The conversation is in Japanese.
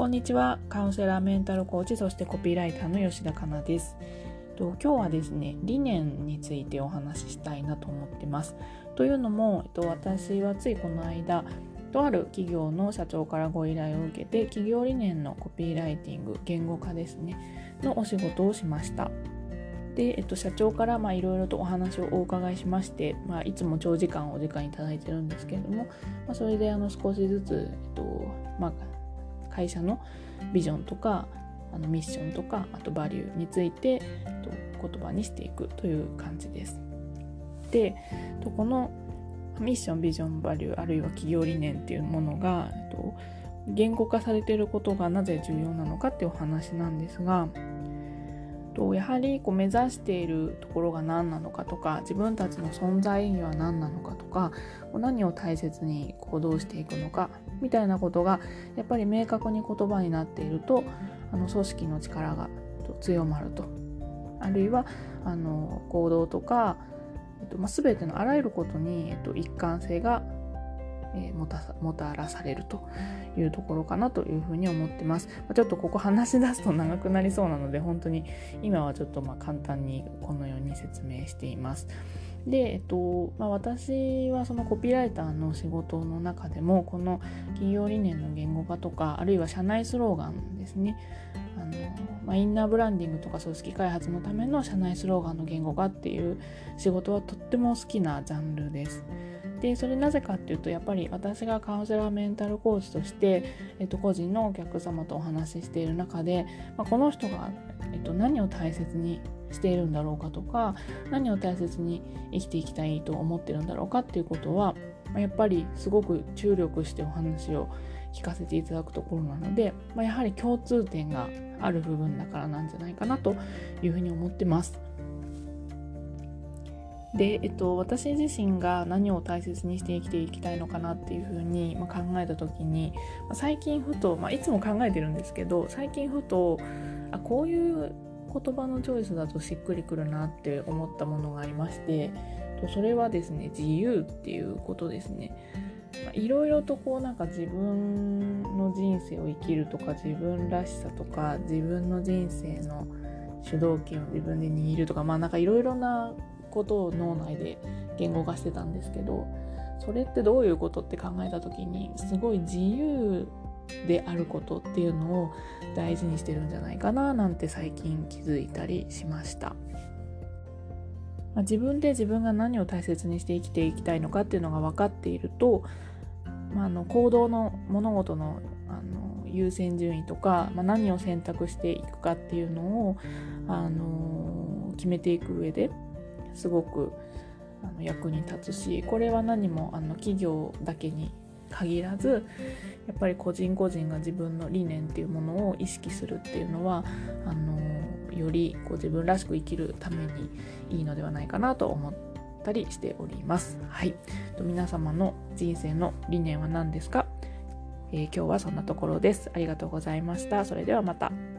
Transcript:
こんにちは。カウンセラー、メンタルコーチ、そしてコピーライターの吉田かなです。今日はですね、理念についてお話ししたいなと思ってます。というのも、私はついこの間、とある企業の社長からご依頼を受けて、企業理念のコピーライティング、言語化ですね、のお仕事をしました。で、社長からいろいろとお話をお伺いしまして、いつも長時間お時間いただいてるんですけれども、それで少しずつ、会社のビジョンとかミッションとか、あとバリューについて言葉にしていくという感じです。で、このミッション、ビジョン、バリュー、あるいは企業理念っていうものが言語化されていることがなぜ重要なのかっていうお話なんですが、やはり目指しているところが何なのかとか、自分たちの存在意義は何なのかとか、何を大切に行動していくのかみたいなことがやっぱり明確に言葉になっていると、組織の力が強まると、あるいは行動とか、全てのあらゆることに、一貫性がもたらされるというところかなというふうに思ってます。ちょっとここ話し出すと長くなりそうなので、本当に今はちょっと簡単にこのように説明しています。で、私はそのコピーライターの仕事の中でも、この企業理念の言語化とか、あるいは社内スローガンですね、インナーブランディングとか組織開発のための社内スローガンの言語化っていう仕事はとっても好きなジャンルです。で、それなぜかっていうと、やっぱり私がカウンセラー、メンタルコーチとして、個人のお客様とお話ししている中で、この人が、何を大切にしているんだろうかとか、何を大切に生きていきたいと思っているんだろうかっていうことは、やっぱりすごく注力してお話を聞かせていただくところなので、やはり共通点がある部分だからなんじゃないかなというふうに思ってます。で、私自身が何を大切にして生きていきたいのかなっていうふうに考えた時に、最近ふと、いつも考えてるんですけど、最近ふとこういう言葉のチョイスだとしっくりくるなって思ったものがありまして、それはですね、自由っていうことですね。いろいろと自分の人生を生きるとか、自分らしさとか、自分の人生の主導権を自分で握るとか、いろいろなことを脳内で言語化してたんですけど、それってどういうことって考えた時に、すごい自由であることっていうのを大事にしてるんじゃないかななんて最近気づいたりしました。自分で自分が何を大切にして生きていきたいのかっていうのが分かっていると、行動の物事の優先順位とか、何を選択していくかっていうのを決めていく上ですごく役に立つし、これは何も企業だけに限らず、やっぱり個人個人が自分の理念っていうものを意識するっていうのはより自分らしく生きるためにいいのではないかなと思ったりしております。はい。皆様の人生の理念は何ですか？今日はそんなところです。ありがとうございました。それではまた。